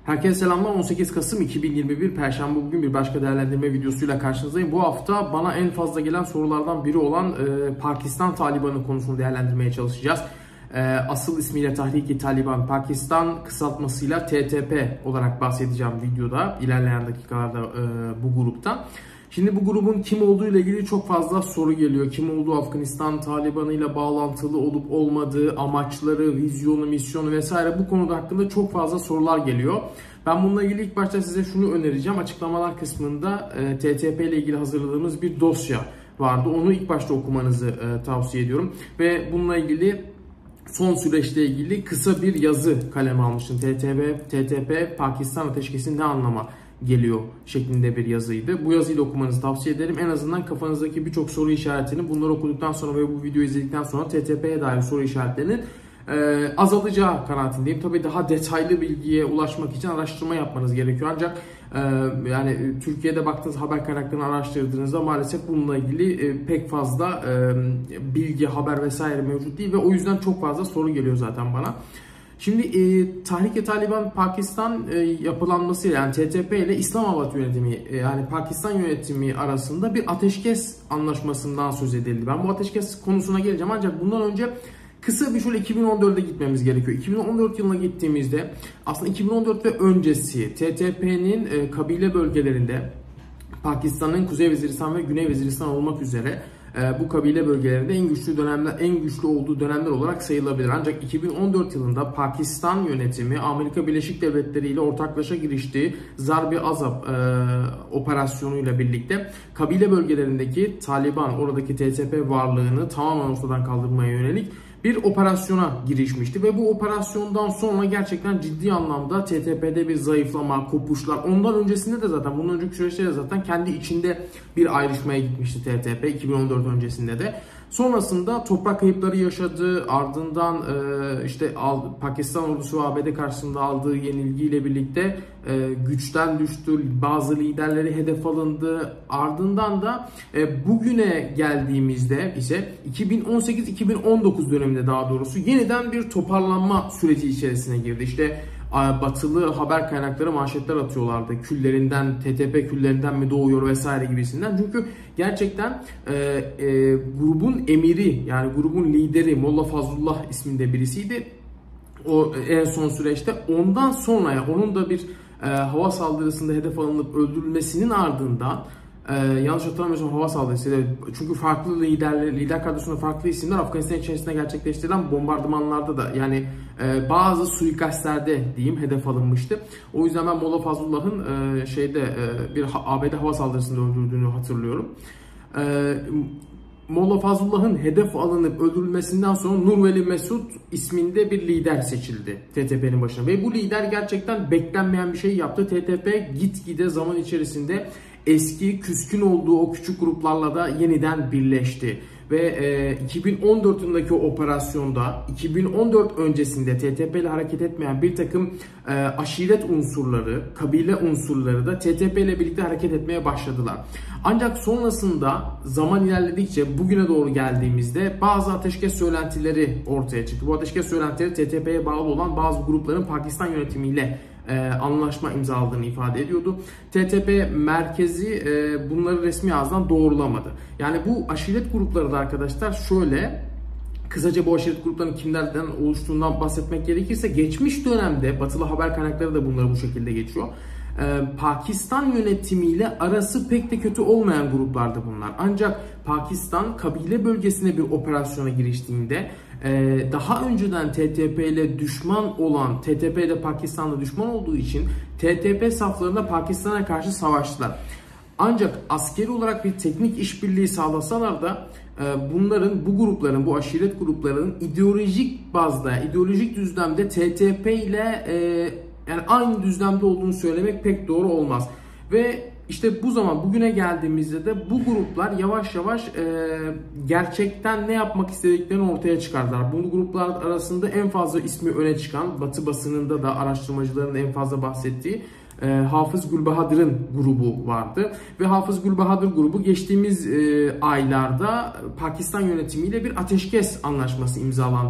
Herkese selamlar. 18 Kasım 2021 Perşembe, bugün bir başka değerlendirme videosuyla karşınızdayım. Bu hafta bana en fazla gelen sorulardan biri olan Pakistan Taliban'ı konusunu değerlendirmeye çalışacağız. Asıl ismiyle Tahrik-i Taliban Pakistan, kısaltmasıyla TTP olarak bahsedeceğim videoda, ilerleyen dakikalarda bu gruptan. Şimdi bu grubun kim olduğu ile ilgili çok fazla soru geliyor. Kim olduğu, Afganistan Talibanı ile bağlantılı olup olmadığı, amaçları, vizyonu, misyonu vesaire, bu konuda hakkında çok fazla sorular geliyor. Ben bununla ilgili ilk başta size şunu önereceğim. Açıklamalar kısmında TTP ile ilgili hazırladığımız bir dosya vardı. Onu ilk başta okumanızı tavsiye ediyorum. Ve bununla ilgili son süreçle ilgili kısa bir yazı kaleme almıştım. TTP Pakistan ateşkesi ne anlama geliyor şeklinde bir yazıydı. Bu yazıyı da okumanızı tavsiye ederim. En azından kafanızdaki birçok soru işaretini bunları okuduktan sonra ve bu videoyu izledikten sonra TTP'ye dair soru işaretlerinin azalacağı kanaatindeyim. Tabii daha detaylı bilgiye ulaşmak için araştırma yapmanız gerekiyor. Ancak yani Türkiye'de baktığınız haber kaynaklarını araştırdığınızda maalesef bununla ilgili pek fazla bilgi, haber vesaire mevcut değil ve o yüzden çok fazla soru geliyor zaten bana. Şimdi Tahrik-i Taliban Pakistan yapılanmasıyla, yani TTP ile İslamabad yönetimi, yani Pakistan yönetimi arasında bir ateşkes anlaşmasından söz edildi. Ben bu ateşkes konusuna geleceğim, ancak bundan önce kısa bir şöyle 2014'e gitmemiz gerekiyor. 2014 yılına gittiğimizde aslında 2014 ve öncesi TTP'nin kabile bölgelerinde, Pakistan'ın Kuzey Veziristan ve Güney Veziristan olmak üzere bu kabile bölgelerinde en güçlü olduğu dönemler olarak sayılabilir. Ancak 2014 yılında Pakistan yönetimi Amerika Birleşik Devletleri ile ortaklaşa giriştiği Zar-ı Azab operasyonuyla birlikte kabile bölgelerindeki Taliban, oradaki TTP varlığını tamamen ortadan kaldırmaya yönelik bir operasyona girişmişti ve bu operasyondan sonra gerçekten ciddi anlamda TTP'de bir zayıflama, kopuşlar, ondan öncesinde de zaten, bundan önceki süreçte de zaten kendi içinde bir ayrışmaya gitmişti TTP 2014 öncesinde de. Sonrasında toprak kayıpları yaşadı. Ardından işte Pakistan ordusu ve ABD karşısında aldığı yenilgiyle birlikte güçten düştü. Bazı liderleri hedef alındı. Ardından da bugüne geldiğimizde ise 2018-2019 döneminde daha doğrusu yeniden bir toparlanma süreci içerisine girdi. İşte batılı haber kaynakları manşetler atıyorlardı. Küllerinden, TTP küllerinden mi doğuyor vesaire gibisinden. Çünkü gerçekten grubun emiri, yani grubun lideri Molla Fazlullah isminde birisiydi. O en son süreçte. Ondan sonra onun da bir hava saldırısında hedef alınıp öldürülmesinin ardından, yanlış hatırlamıyorsam hava saldırısıyla, çünkü farklı lider kadrosunda farklı isimler Afganistan içerisinde gerçekleştirilen bombardımanlarda da, yani bazı suikastlerde diyeyim, hedef alınmıştı. O yüzden ben Molla Fazlullah'ın bir ABD hava saldırısında öldürdüğünü hatırlıyorum. Molla Fazlullah'ın hedef alınıp öldürülmesinden sonra Nurveli Mesud isminde bir lider seçildi TTP'nin başına. Ve bu lider gerçekten beklenmeyen bir şey yaptı. TTP gitgide zaman içerisinde eski, küskün olduğu o küçük gruplarla da yeniden birleşti. Ve 2014 yılındaki operasyonda, 2014 öncesinde TTP ile hareket etmeyen bir takım aşiret unsurları, kabile unsurları da TTP ile birlikte hareket etmeye başladılar. Ancak sonrasında zaman ilerledikçe bugüne doğru geldiğimizde bazı ateşkes söylentileri ortaya çıktı. Bu ateşkes söylentileri TTP'ye bağlı olan bazı grupların Pakistan yönetimiyle anlaşma imzaladığını ifade ediyordu. TTP merkezi bunları resmi ağızdan doğrulamadı. Yani bu aşiret grupları da arkadaşlar şöyle, kısaca bu aşiret gruplarının kimlerden oluştuğundan bahsetmek gerekirse, geçmiş dönemde batılı haber kaynakları da bunları bu şekilde geçiyor. Pakistan yönetimiyle arası pek de kötü olmayan gruplardı bunlar. Ancak Pakistan kabile bölgesine bir operasyona giriştiğinde daha önceden TTP ile düşman olan, TTP ile Pakistan'la düşman olduğu için TTP saflarında Pakistan'a karşı savaştılar. Ancak askeri olarak bir teknik işbirliği sağlasalar da bu grupların, bu aşiret gruplarının ideolojik bazda, ideolojik düzlemde TTP ile yani aynı düzlemde olduğunu söylemek pek doğru olmaz. Ve işte bu zaman bugüne geldiğimizde de bu gruplar yavaş yavaş gerçekten ne yapmak istediklerini ortaya çıkardılar. Bu gruplar arasında en fazla ismi öne çıkan, Batı basınında da araştırmacıların en fazla bahsettiği Hafız Gulbahadır'ın grubu vardı. Ve Hafız Gulbahadır grubu geçtiğimiz aylarda Pakistan yönetimiyle bir ateşkes anlaşması imzalandı.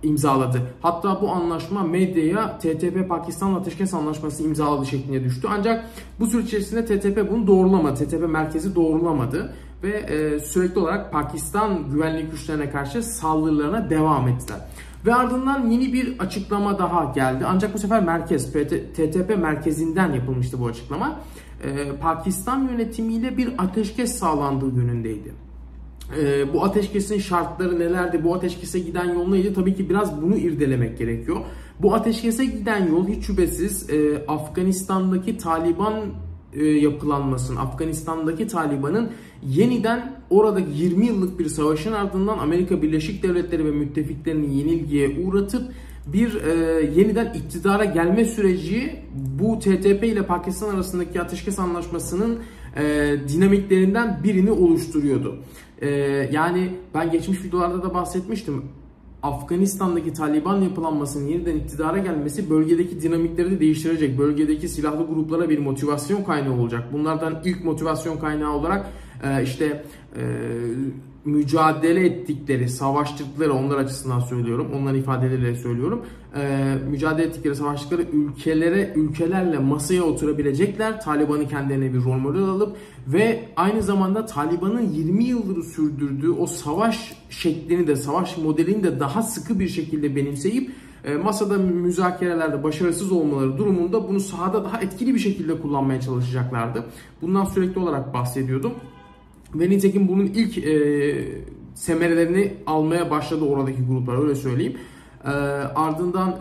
imzaladı. Hatta bu anlaşma medyaya TTP Pakistan'la ateşkes anlaşması imzaladı şeklinde düştü. Ancak bu süreç içerisinde TTP bunu doğrulamadı. TTP merkezi doğrulamadı ve sürekli olarak Pakistan güvenlik güçlerine karşı saldırılarına devam ettiler. Ve ardından yeni bir açıklama daha geldi. Ancak bu sefer TTP merkezinden yapılmıştı bu açıklama. Pakistan yönetimiyle bir ateşkes sağlandığı yönündeydi. Bu ateşkesin şartları nelerdi? Bu ateşkese giden yol neydi? Tabii ki biraz bunu irdelemek gerekiyor. Bu ateşkese giden yol hiç şüphesiz Afganistan'daki Taliban yapılanmasının, Afganistan'daki Taliban'ın yeniden orada 20 yıllık bir savaşın ardından Amerika Birleşik Devletleri ve müttefiklerini yenilgiye uğratıp bir yeniden iktidara gelme süreci bu TTP ile Pakistan arasındaki ateşkes anlaşmasının dinamiklerinden birini oluşturuyordu. Yani ben geçmiş videolarda da bahsetmiştim. Afganistan'daki Taliban yapılanmasının yeniden iktidara gelmesi bölgedeki dinamikleri de değiştirecek. Bölgedeki silahlı gruplara bir motivasyon kaynağı olacak. Bunlardan ilk motivasyon kaynağı olarak mücadele ettikleri, savaştıkları, onlar açısından söylüyorum, onların ifadeleriyle söylüyorum. Mücadele ettikleri, savaştıkları ülkelerle masaya oturabilecekler. Taliban'ı kendilerine bir rol model alıp ve aynı zamanda Taliban'ın 20 yıldır sürdürdüğü o savaş şeklini de, savaş modelini de daha sıkı bir şekilde benimseyip masada müzakerelerde başarısız olmaları durumunda bunu sahada daha etkili bir şekilde kullanmaya çalışacaklardı. Bundan sürekli olarak bahsediyordum. Ve nitekim bunun ilk semerelerini almaya başladı oradaki gruplar, öyle söyleyeyim. Ardından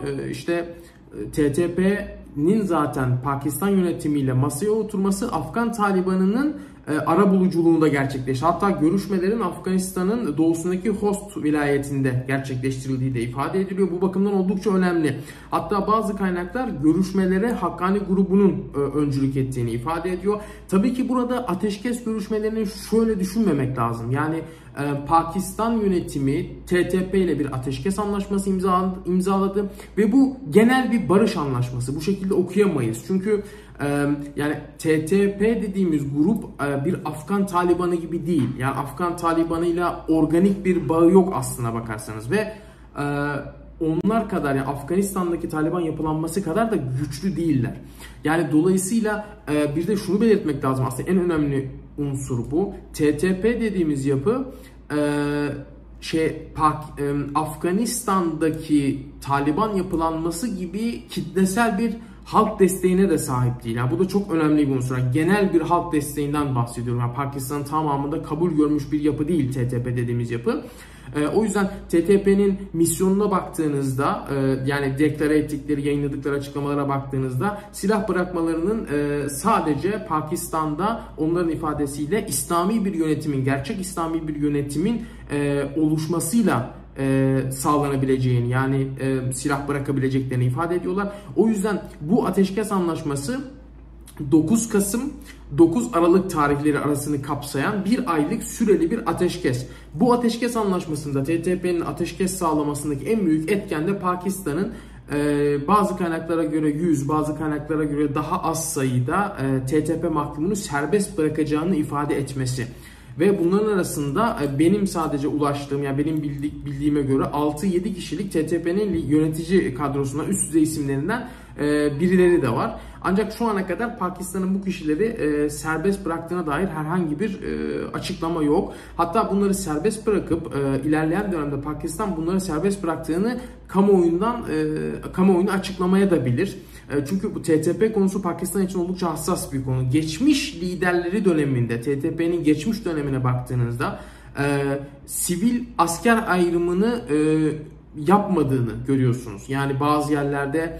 TTP'nin zaten Pakistan yönetimiyle masaya oturması Afgan Taliban'ının arabuluculuğunda gerçekleşti. Hatta görüşmelerin Afganistan'ın doğusundaki Host vilayetinde gerçekleştirildiği de ifade ediliyor. Bu bakımdan oldukça önemli. Hatta bazı kaynaklar görüşmelere Hakkani grubunun öncülük ettiğini ifade ediyor. Tabii ki burada ateşkes görüşmelerini şöyle düşünmemek lazım. Yani Pakistan yönetimi TTP ile bir ateşkes anlaşması imzaladı ve bu genel bir barış anlaşması. Bu şekilde okuyamayız. Çünkü yani TTP dediğimiz grup bir Afgan Talibanı gibi değil. Yani Afgan Talibanıyla organik bir bağı yok aslına bakarsanız ve onlar kadar, yani Afganistan'daki Taliban yapılanması kadar da güçlü değiller. Yani dolayısıyla bir de şunu belirtmek lazım, aslında en önemli unsur bu. TTP dediğimiz yapı Afganistan'daki Taliban yapılanması gibi kitlesel bir halk desteğine de sahip değil. Yani bu da çok önemli bir unsur. Yani genel bir halk desteğinden bahsediyorum. Yani Pakistan'ın tamamında kabul görmüş bir yapı değil TTP dediğimiz yapı. O yüzden TTP'nin misyonuna baktığınızda, yani deklare ettikleri, yayınladıkları açıklamalara baktığınızda silah bırakmalarının sadece Pakistan'da onların ifadesiyle İslami bir yönetimin, gerçek İslami bir yönetimin oluşmasıyla sağlanabileceğini, yani silah bırakabileceklerini ifade ediyorlar. O yüzden bu ateşkes anlaşması 9 Kasım 9 Aralık tarihleri arasını kapsayan bir aylık süreli bir ateşkes. Bu ateşkes anlaşmasında TTP'nin ateşkes sağlamasındaki en büyük etken de Pakistan'ın bazı kaynaklara göre 100, bazı kaynaklara göre daha az sayıda TTP mahkumunu serbest bırakacağını ifade etmesi. Ve bunların arasında benim sadece ulaştığım, yani benim bildiğime göre 6-7 kişilik TTP'nin yönetici kadrosundan, üst düzey isimlerinden birileri de var. Ancak şu ana kadar Pakistan'ın bu kişileri serbest bıraktığına dair herhangi bir açıklama yok. Hatta bunları serbest bırakıp ilerleyen dönemde Pakistan bunları serbest bıraktığını kamuoyuna açıklamaya da bilir. Çünkü bu TTP konusu Pakistan için oldukça hassas bir konu. Geçmiş liderleri döneminde, TTP'nin geçmiş dönemine baktığınızda sivil asker ayrımını yapmadığını görüyorsunuz. Yani bazı yerlerde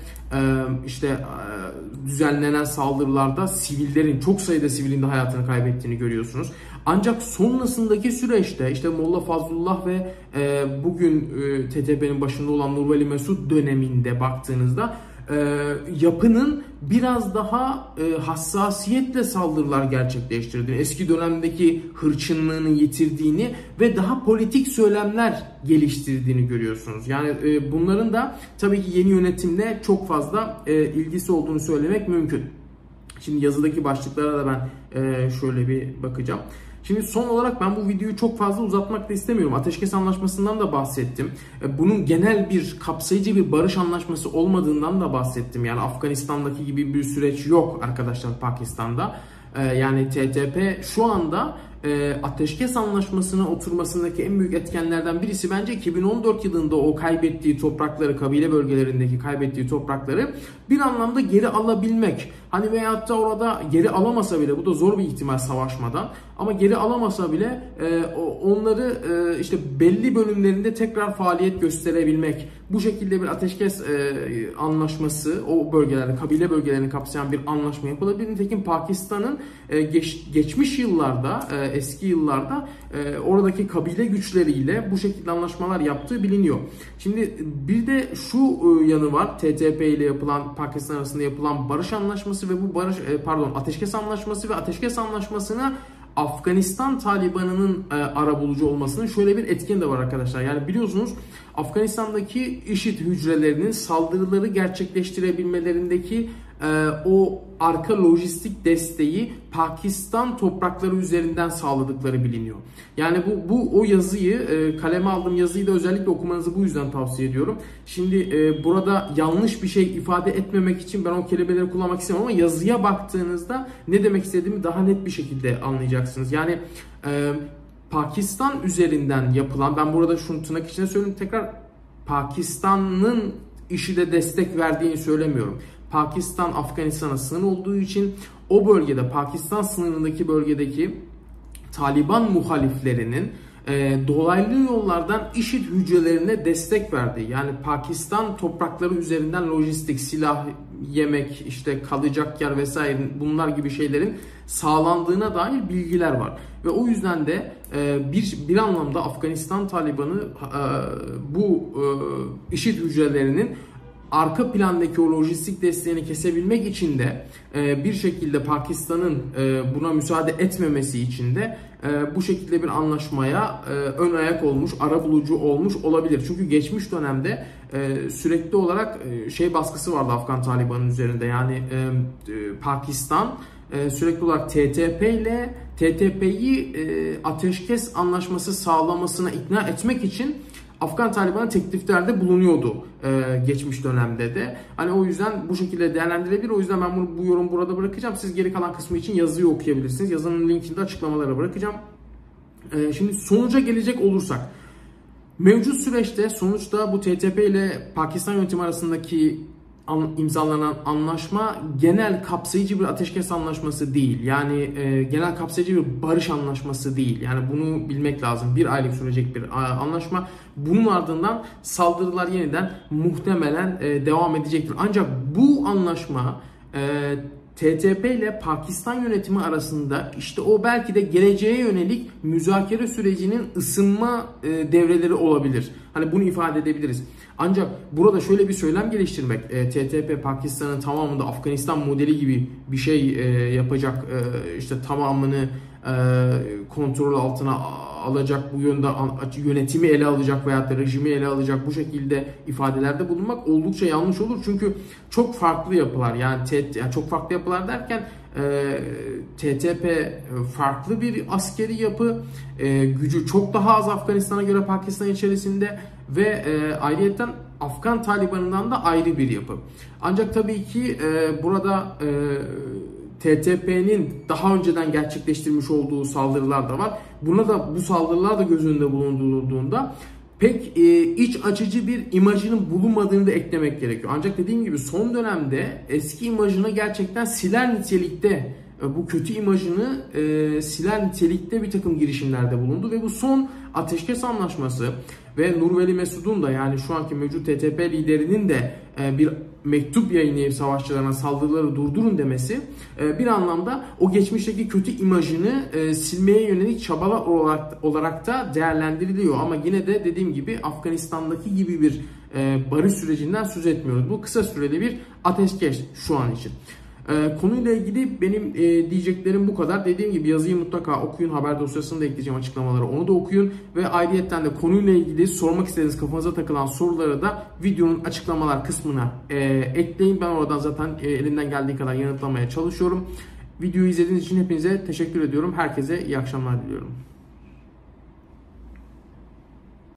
düzenlenen saldırılarda çok sayıda sivilin de hayatını kaybettiğini görüyorsunuz. Ancak sonrasındaki süreçte işte Molla Fazlullah ve bugün TTP'nin başında olan Nurveli Mesud döneminde baktığınızda yapının biraz daha hassasiyetle saldırılar gerçekleştirdiğini, eski dönemdeki hırçınlığını yitirdiğini ve daha politik söylemler geliştirdiğini görüyorsunuz. Yani bunların da tabii ki yeni yönetimle çok fazla ilgisi olduğunu söylemek mümkün. Şimdi yazıdaki başlıklara da ben şöyle bir bakacağım. Şimdi son olarak ben bu videoyu çok fazla uzatmak da istemiyorum. Ateşkes Anlaşması'ndan da bahsettim. Bunun genel bir kapsayıcı bir barış anlaşması olmadığından da bahsettim. Yani Afganistan'daki gibi bir süreç yok arkadaşlar Pakistan'da. Yani TTP şu anda Ateşkes Anlaşması'na oturmasındaki en büyük etkenlerden birisi bence 2014 yılında o kaybettiği toprakları, kabile bölgelerindeki kaybettiği toprakları bir anlamda geri alabilmek. Hani veyahut da orada geri alamasa bile, bu da zor bir ihtimal savaşmadan, ama geri alamasa bile onları işte belli bölümlerinde tekrar faaliyet gösterebilmek. Bu şekilde bir ateşkes anlaşması, o bölgelerde, kabile bölgelerini kapsayan bir anlaşma yapılabilir. Nitekim Pakistan'ın geçmiş yıllarda, eski yıllarda oradaki kabile güçleriyle bu şekilde anlaşmalar yaptığı biliniyor. Şimdi bir de şu yanı var, TTP ile yapılan, Pakistan arasında yapılan barış anlaşması ve bu ateşkes anlaşması ve ateşkes anlaşmasına Afganistan Talibanı'nın arabulucu olmasının şöyle bir etkeni de var arkadaşlar. Yani biliyorsunuz Afganistan'daki IŞİD hücrelerinin saldırıları gerçekleştirebilmelerindeki o arka lojistik desteği Pakistan toprakları üzerinden sağladıkları biliniyor. Yani bu o yazıyı, kaleme aldığım yazıyı da özellikle okumanızı bu yüzden tavsiye ediyorum. Şimdi burada yanlış bir şey ifade etmemek için ben o kelimeleri kullanmak istemiyorum ama yazıya baktığınızda ne demek istediğimi daha net bir şekilde anlayacaksınız. Yani Pakistan üzerinden yapılan, ben burada şunu tırnak içine söyleyeyim tekrar, Pakistan'ın IŞİD'e destek verdiğini söylemiyorum. Pakistan Afganistan'a sınır olduğu için o bölgede, Pakistan sınırındaki bölgedeki Taliban muhaliflerinin dolaylı yollardan IŞİD hücrelerine destek verdiği, yani Pakistan toprakları üzerinden lojistik, silah, yemek, işte kalacak yer vesaire, bunlar gibi şeylerin sağlandığına dair bilgiler var. Ve o yüzden de bir anlamda Afganistan Talibanı bu IŞİD hücrelerinin arka plandaki o lojistik desteğini kesebilmek için de bir şekilde Pakistan'ın buna müsaade etmemesi için de bu şekilde bir anlaşmaya ön ayak olmuş, arabulucu olmuş olabilir. Çünkü geçmiş dönemde sürekli olarak baskısı vardı Afgan Taliban'ın üzerinde. Yani Pakistan sürekli olarak TTP'yi ateşkes anlaşması sağlamasına ikna etmek için Afgan Taliban'a tekliflerde bulunuyordu geçmiş dönemde de. Hani o yüzden bu şekilde değerlendirebilir. O yüzden ben bu yorumu burada bırakacağım. Siz geri kalan kısmı için yazıyı okuyabilirsiniz. Yazının linkini de açıklamalara bırakacağım. Şimdi sonuca gelecek olursak. Mevcut süreçte sonuçta bu TTP ile Pakistan yönetimi arasındaki imzalanan anlaşma genel kapsayıcı bir ateşkes anlaşması değil. Yani genel kapsayıcı bir barış anlaşması değil. Yani bunu bilmek lazım. Bir aylık sürecek bir anlaşma. Bunun ardından saldırılar yeniden muhtemelen devam edecektir. Ancak bu anlaşma TTP ile Pakistan yönetimi arasında işte o belki de geleceğe yönelik müzakere sürecinin ısınma devreleri olabilir. Hani bunu ifade edebiliriz. Ancak burada şöyle bir söylem geliştirmek, TTP Pakistan'ın tamamında Afganistan modeli gibi bir şey yapacak, işte tamamını kontrol altına alacak, bu yönde yönetimi ele alacak veyahut da rejimi ele alacak, bu şekilde ifadelerde bulunmak oldukça yanlış olur. Çünkü çok farklı yapılar, yani çok farklı yapılar derken TTP farklı bir askeri yapı, gücü çok daha az Afganistan'a göre Pakistan içerisinde ve ayrıyeten Afgan Taliban'ından da ayrı bir yapı. Ancak tabii ki burada TTP'nin daha önceden gerçekleştirmiş olduğu saldırılar da var. Bu saldırılar da göz önünde bulundurulduğunda pek iç açıcı bir imajının bulunmadığını da eklemek gerekiyor. Ancak dediğim gibi son dönemde eski imajını gerçekten siler nitelikte, bu kötü imajını siler nitelikte bir takım girişimlerde bulundu ve bu son ateşkes anlaşması ve Nurveli Mesud'un da, yani şu anki mevcut TTP liderinin de bir mektup yayınlayıp savaşçılarına saldırıları durdurun demesi bir anlamda o geçmişteki kötü imajını silmeye yönelik çabalar olarak da değerlendiriliyor. Ama yine de dediğim gibi Afganistan'daki gibi bir barış sürecinden söz etmiyoruz. Bu kısa süreli bir ateşkes şu an için. Konuyla ilgili benim diyeceklerim bu kadar. Dediğim gibi yazıyı mutlaka okuyun. Haber dosyasını da ekleyeceğim açıklamaları. Onu da okuyun. Ve ayrıyetten de konuyla ilgili sormak istediğiniz, kafanıza takılan soruları da videonun açıklamalar kısmına ekleyin. Ben oradan zaten elimden geldiği kadar yanıtlamaya çalışıyorum. Videoyu izlediğiniz için hepinize teşekkür ediyorum. Herkese iyi akşamlar diliyorum.